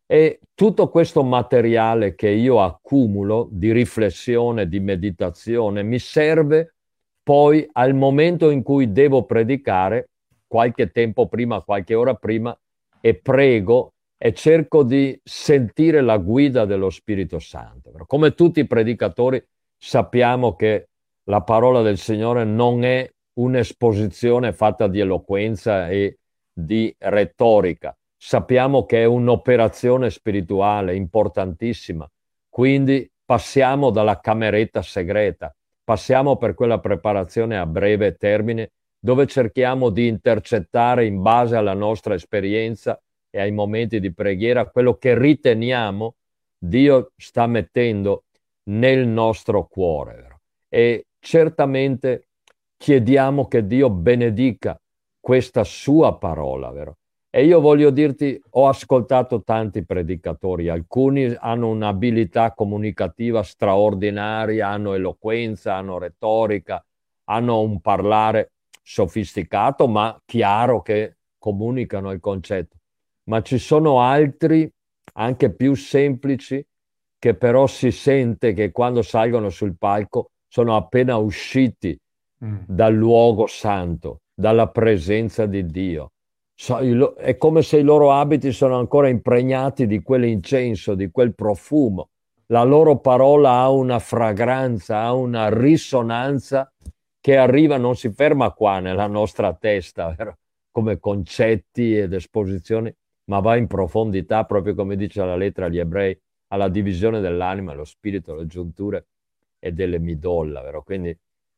E tutto questo materiale che io accumulo di riflessione, di meditazione, mi serve poi al momento in cui devo predicare, qualche tempo prima, qualche ora prima, e prego e cerco di sentire la guida dello Spirito Santo. Come tutti i predicatori sappiamo che la parola del Signore non è un'esposizione fatta di eloquenza e di retorica. Sappiamo che è un'operazione spirituale importantissima, quindi passiamo dalla cameretta segreta, passiamo per quella preparazione a breve termine dove cerchiamo di intercettare in base alla nostra esperienza e ai momenti di preghiera quello che riteniamo Dio sta mettendo nel nostro cuore. E certamente chiediamo che Dio benedica questa sua parola, vero? E io voglio dirti, ho ascoltato tanti predicatori, alcuni hanno un'abilità comunicativa straordinaria, hanno eloquenza, hanno retorica, hanno un parlare sofisticato ma chiaro che comunicano il concetto. Ma ci sono altri, anche più semplici, che però si sente che quando salgono sul palco sono appena usciti mm. dal luogo santo, dalla presenza di Dio. È come se i loro abiti sono ancora impregnati di quell'incenso, di quel profumo. La loro parola ha una fragranza, ha una risonanza che arriva, non si ferma qua nella nostra testa, vero? Come concetti ed esposizioni, ma va in profondità, proprio come dice la lettera agli Ebrei, alla divisione dell'anima, lo spirito, le giunture e delle midolla, vero? Quindi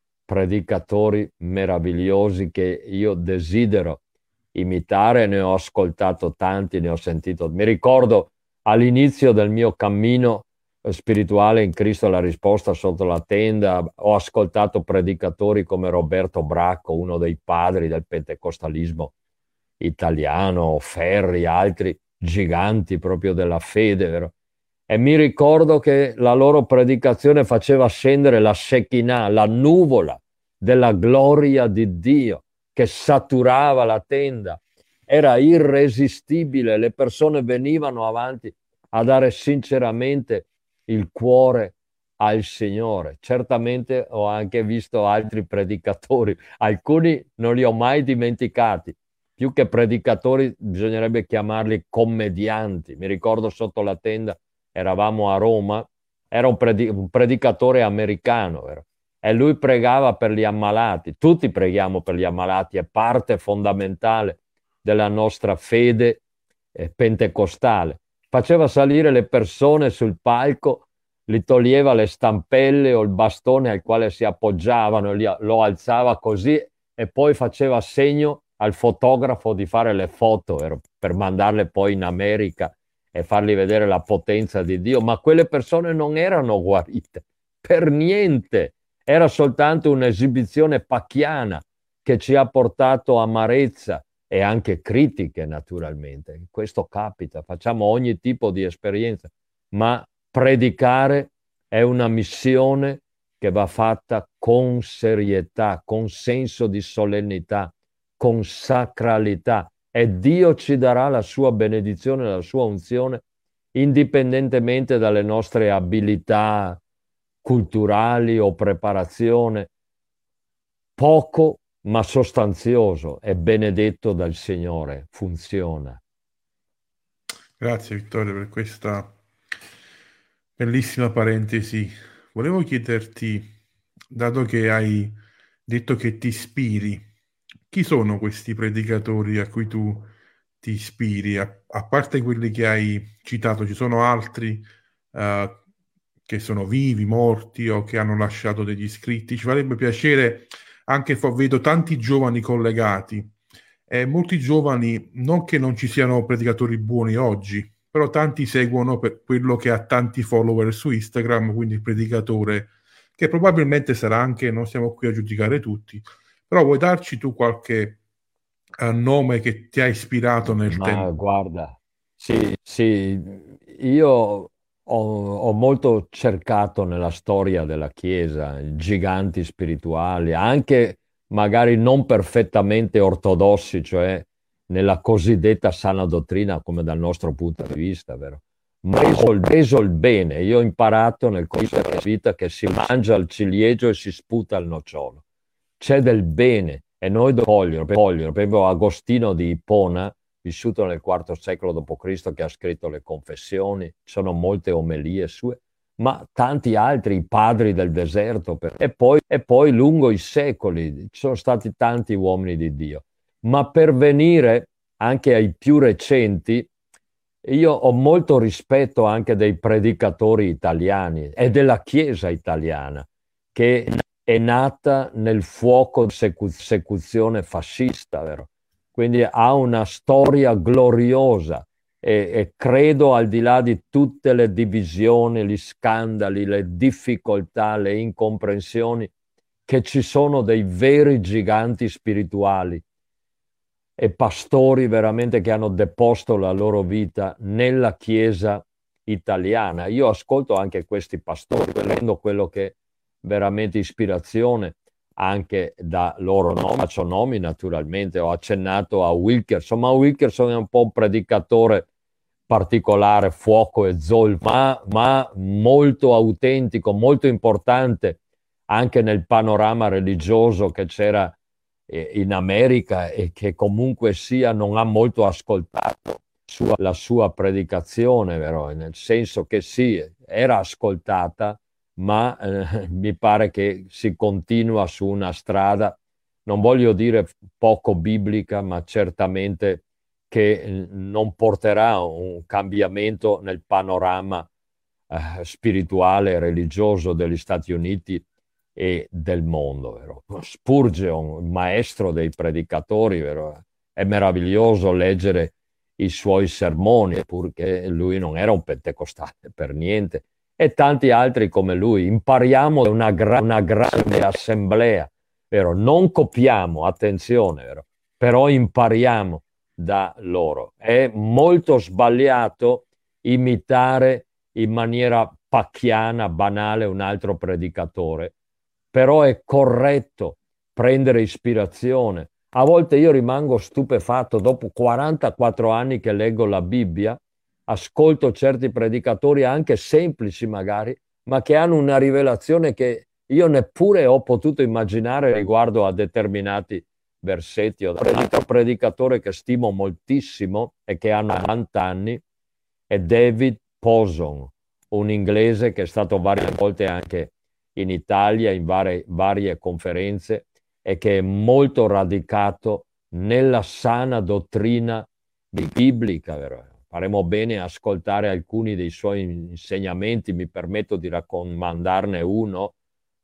predicatori meravigliosi che io desidero imitare, ne ho ascoltato tanti, ne ho sentito. Mi ricordo all'inizio del mio cammino spirituale in Cristo alla risposta sotto la tenda, ho ascoltato predicatori come Roberto Bracco, uno dei padri del pentecostalismo italiano, Ferri, altri giganti proprio della fede, vero? E mi ricordo che la loro predicazione faceva scendere la Shekinah, la nuvola della gloria di Dio che saturava la tenda. Era irresistibile, le persone venivano avanti a dare sinceramente il cuore al Signore. Certamente ho anche visto altri predicatori, alcuni non li ho mai dimenticati. Più che predicatori bisognerebbe chiamarli commedianti. Mi ricordo sotto la tenda, eravamo a Roma, era un, predi- un predicatore americano, vero? E lui pregava per gli ammalati. Tutti preghiamo per gli ammalati, è parte fondamentale della nostra fede eh, pentecostale. Faceva salire le persone sul palco, li toglieva le stampelle o il bastone al quale si appoggiavano, li, lo alzava così e poi faceva segno al fotografo di fare le foto vero? Per mandarle poi in America e fargli vedere la potenza di Dio. Ma quelle persone non erano guarite, per niente. Era soltanto un'esibizione pacchiana che ci ha portato amarezza e anche critiche, naturalmente. Questo capita, facciamo ogni tipo di esperienza, ma predicare è una missione che va fatta con serietà, con senso di solennità, con sacralità, e Dio ci darà la sua benedizione, la sua unzione, indipendentemente dalle nostre abilità culturali o preparazione. Poco ma sostanzioso e benedetto dal Signore, funziona. Grazie Vittorio per questa bellissima parentesi. Volevo chiederti, dato che hai detto che ti ispiri, chi sono questi predicatori a cui tu ti ispiri? A, a parte quelli che hai citato, ci sono altri uh, che sono vivi, morti o che hanno lasciato degli scritti? Ci farebbe piacere, anche se vedo tanti giovani collegati, e molti giovani, non che non ci siano predicatori buoni oggi, però tanti seguono per quello che ha tanti follower su Instagram, quindi il predicatore, che probabilmente sarà anche, non siamo qui a giudicare tutti, però vuoi darci tu qualche uh, nome che ti ha ispirato nel Ma tempo? guarda, sì, sì, io ho, ho molto cercato nella storia della Chiesa giganti spirituali, anche magari non perfettamente ortodossi, cioè nella cosiddetta sana dottrina come dal nostro punto di vista, vero? Ma reso il, reso il bene. Io ho imparato nel corso della vita che si mangia il ciliegio e si sputa il nocciolo. C'è del bene e noi dobbiamo cogliere, cogliere. Per esempio Agostino di Ippona, vissuto nel quarto secolo dopo Cristo, che ha scritto le Confessioni, ci sono molte omelie sue, ma tanti altri, i padri del deserto, per... e, poi, e poi lungo i secoli ci sono stati tanti uomini di Dio. Ma per venire anche ai più recenti, io ho molto rispetto anche dei predicatori italiani e della Chiesa italiana, che è nata nel fuoco di persecuzione fascista, vero? Quindi ha una storia gloriosa e, e credo, al di là di tutte le divisioni, gli scandali, le difficoltà, le incomprensioni, che ci sono dei veri giganti spirituali e pastori veramente che hanno deposto la loro vita nella Chiesa italiana. Io ascolto anche questi pastori, prendo quello che veramente ispirazione anche da loro nomi, faccio nomi naturalmente, ho accennato a Wilkerson, ma Wilkerson è un po' un predicatore particolare, fuoco e zolfo, ma, ma molto autentico, molto importante anche nel panorama religioso che c'era eh, in America e che comunque sia non ha molto ascoltato sua, la sua predicazione, vero? Nel senso che sì, era ascoltata, ma eh, mi pare che si continua su una strada, non voglio dire poco biblica, ma certamente che non porterà un cambiamento nel panorama eh, spirituale e religioso degli Stati Uniti e del mondo, vero? Spurgeon, il maestro dei predicatori, vero? È meraviglioso leggere i suoi sermoni, purché lui non era un pentecostale per niente, e tanti altri come lui. Impariamo una, gra- una grande assemblea, vero? Non copiamo, attenzione, vero? Però impariamo da loro. È molto sbagliato imitare in maniera pacchiana, banale, un altro predicatore, però è corretto prendere ispirazione. A volte io rimango stupefatto, dopo quarantaquattro anni che leggo la Bibbia, ascolto certi predicatori, anche semplici magari, ma che hanno una rivelazione che io neppure ho potuto immaginare riguardo a determinati versetti. Un altro predicatore che stimo moltissimo e che ha novanta anni è David Poson, un inglese che è stato varie volte anche in Italia in varie, varie conferenze e che è molto radicato nella sana dottrina biblica. Vero? Faremo bene a ascoltare alcuni dei suoi insegnamenti, mi permetto di raccomandarne uno,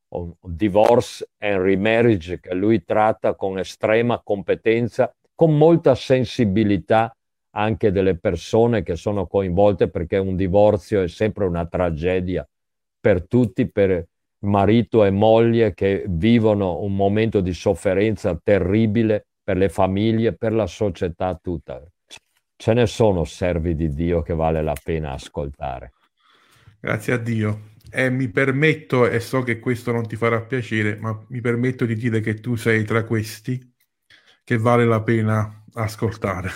Divorce and Remarriage, che lui tratta con estrema competenza, con molta sensibilità anche delle persone che sono coinvolte, perché un divorzio è sempre una tragedia per tutti, per marito e moglie che vivono un momento di sofferenza terribile, per le famiglie, per la società tutta. Ce ne sono servi di Dio che vale la pena ascoltare. Grazie a Dio. E mi permetto, e so che questo non ti farà piacere, ma mi permetto di dire che tu sei tra questi che vale la pena ascoltare.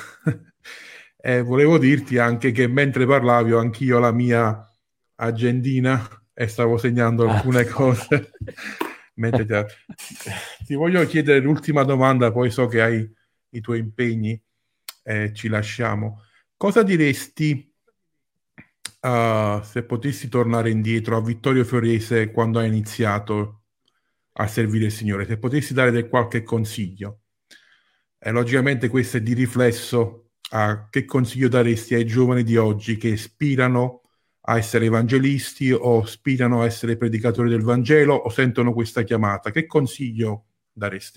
E volevo dirti anche che mentre parlavi ho anch'io la mia agendina e stavo segnando alcune cose. Mentre ti... ti voglio chiedere l'ultima domanda, poi so che hai i tuoi impegni e ci lasciamo. Cosa diresti uh, se potessi tornare indietro a Vittorio Fiorese quando ha iniziato a servire il Signore? Se potessi dare del qualche consiglio. E logicamente questo è di riflesso a che consiglio daresti ai giovani di oggi che aspirano a essere evangelisti o aspirano a essere predicatori del Vangelo o sentono questa chiamata. Che consiglio daresti?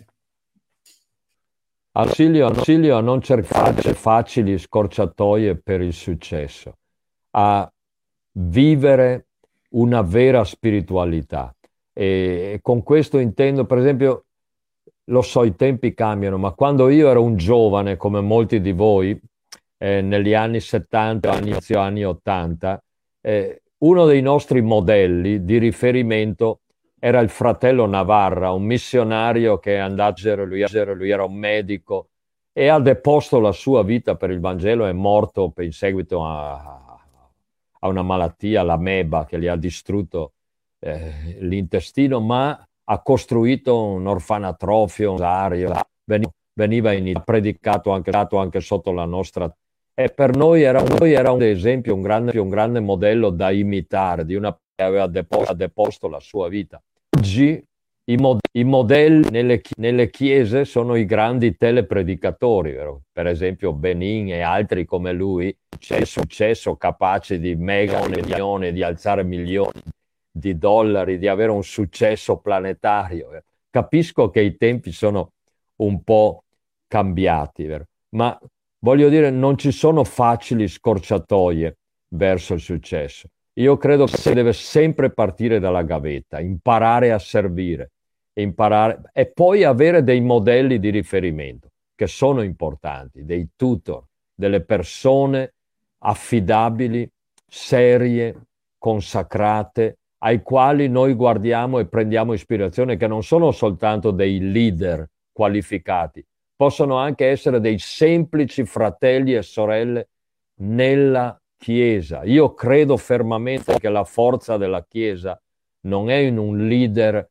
Consiglio, consiglio a non cercare facili scorciatoie per il successo, a vivere una vera spiritualità. E con questo intendo, per esempio, lo so, i tempi cambiano, ma quando io ero un giovane, come molti di voi, eh, negli anni settanta, inizio anni ottanta, eh, uno dei nostri modelli di riferimento era il fratello Navarra, un missionario che è andato, lui, lui era un medico e ha deposto la sua vita per il Vangelo, è morto in seguito a, a una malattia, l'ameba, che gli ha distrutto eh, l'intestino, ma ha costruito un orfanatrofio, un rosario, veniva, veniva in, predicato anche, anche sotto la nostra. E per noi era, noi era un esempio, un grande, un grande modello da imitare, di una che aveva deposto, deposto la sua vita. Oggi i, mod, i modelli nelle, nelle chiese sono i grandi telepredicatori, vero? Per esempio Benin e altri come lui, c'è successo, capaci di mega milioni, di alzare milioni di dollari, di avere un successo planetario. Capisco che i tempi sono un po' cambiati, vero? Ma voglio dire, non ci sono facili scorciatoie verso il successo. Io credo che si deve sempre partire dalla gavetta, imparare a servire, imparare e poi avere dei modelli di riferimento che sono importanti, dei tutor, delle persone affidabili, serie, consacrate, ai quali noi guardiamo e prendiamo ispirazione, che non sono soltanto dei leader qualificati, possono anche essere dei semplici fratelli e sorelle nella Chiesa. Io credo fermamente che la forza della Chiesa non è in un leader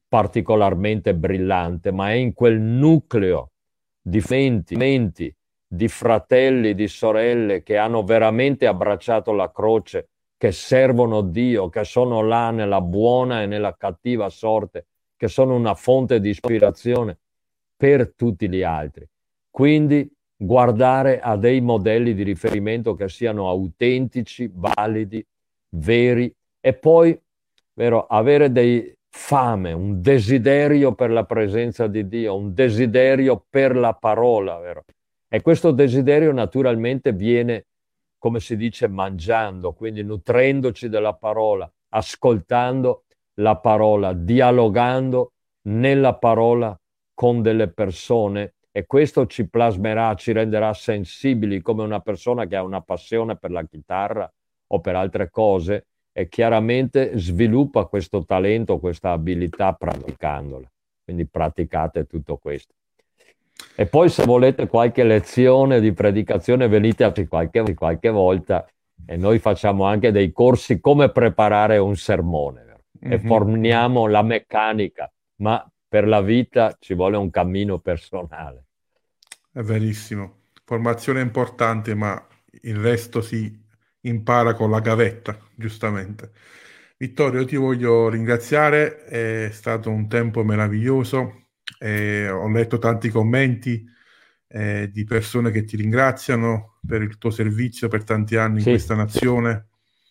particolarmente brillante, ma è in quel nucleo di menti, menti, di fratelli, di sorelle che hanno veramente abbracciato la croce, che servono Dio, che sono là nella buona e nella cattiva sorte, che sono una fonte di ispirazione per tutti gli altri. Quindi guardare a dei modelli di riferimento che siano autentici, validi, veri, e poi, vero, avere dei fame, un desiderio per la presenza di Dio, un desiderio per la parola, vero? E questo desiderio naturalmente viene, come si dice, mangiando, quindi nutrendoci della parola, ascoltando la parola, dialogando nella parola con delle persone, e questo ci plasmerà, ci renderà sensibili come una persona che ha una passione per la chitarra o per altre cose, e chiaramente sviluppa questo talento, questa abilità praticandola. Quindi praticate tutto questo. E poi se volete qualche lezione di predicazione venite a qualche, qualche volta, e noi facciamo anche dei corsi come preparare un sermone, vero? E Mhm. forniamo la meccanica, ma per la vita ci vuole un cammino personale. È verissimo. Formazione importante, ma il resto si impara con la gavetta, giustamente. Vittorio, io ti voglio ringraziare, è stato un tempo meraviglioso. Eh, ho letto tanti commenti eh, di persone che ti ringraziano per il tuo servizio per tanti anni in Sì, questa nazione.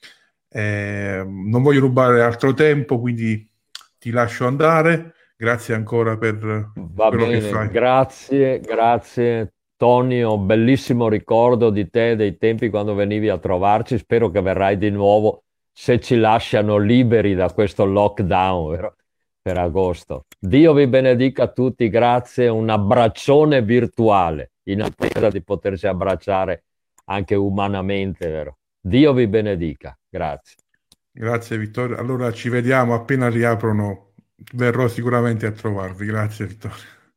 Eh, non voglio rubare altro tempo, quindi ti lascio andare. Grazie ancora per va quello che bene, fai. grazie, grazie Tonio, bellissimo ricordo di te, dei tempi quando venivi a trovarci, spero che verrai di nuovo se ci lasciano liberi da questo lockdown, vero? Per agosto. Dio vi benedica a tutti, grazie, un abbraccione virtuale, in attesa di poterci abbracciare anche umanamente, vero? Dio vi benedica, grazie. Grazie Vittorio. Allora ci vediamo appena riaprono. Verrò sicuramente a trovarvi. Grazie Vittorio.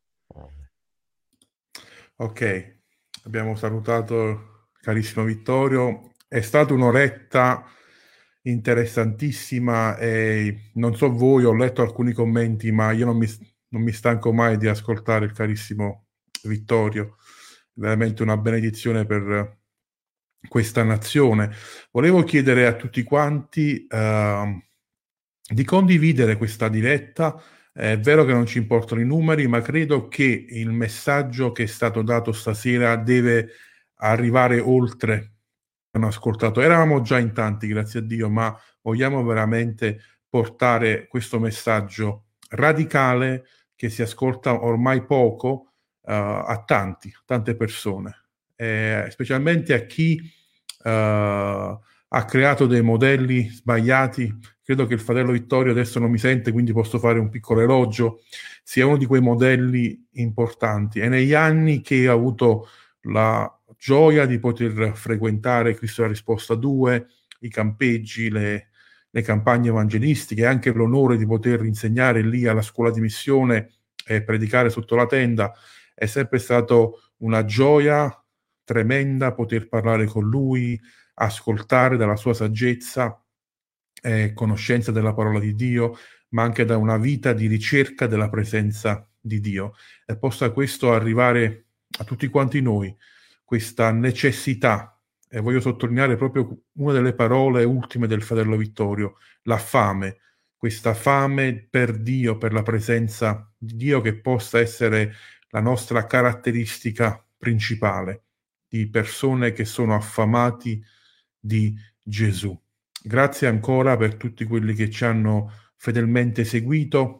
Ok, abbiamo salutato carissimo Vittorio. È stata un'oretta interessantissima e non so voi, ho letto alcuni commenti, ma io non mi, non mi stanco mai di ascoltare il carissimo Vittorio. Veramente una benedizione per questa nazione. Volevo chiedere a tutti quanti uh, di condividere questa diretta. È vero che non ci importano i numeri, ma credo che il messaggio che è stato dato stasera deve arrivare oltre. Hanno ascoltato. Eravamo già in tanti, grazie a Dio, ma vogliamo veramente portare questo messaggio radicale che si ascolta ormai poco uh, a tanti, tante persone, eh, specialmente a chi uh, ha creato dei modelli sbagliati. Credo che il fratello Vittorio adesso non mi sente, quindi posso fare un piccolo elogio, sia uno di quei modelli importanti. E negli anni che ho avuto la gioia di poter frequentare Cristo la Risposta due, i campeggi, le, le campagne evangelistiche, e anche l'onore di poter insegnare lì alla scuola di missione e predicare sotto la tenda, è sempre stato una gioia tremenda poter parlare con lui, ascoltare dalla sua saggezza e conoscenza della parola di Dio, ma anche da una vita di ricerca della presenza di Dio. E possa questo arrivare a tutti quanti noi, questa necessità, e voglio sottolineare proprio una delle parole ultime del fratello Vittorio, la fame, questa fame per Dio, per la presenza di Dio, che possa essere la nostra caratteristica principale, di persone che sono affamati di Gesù. Grazie ancora per tutti quelli che ci hanno fedelmente seguito.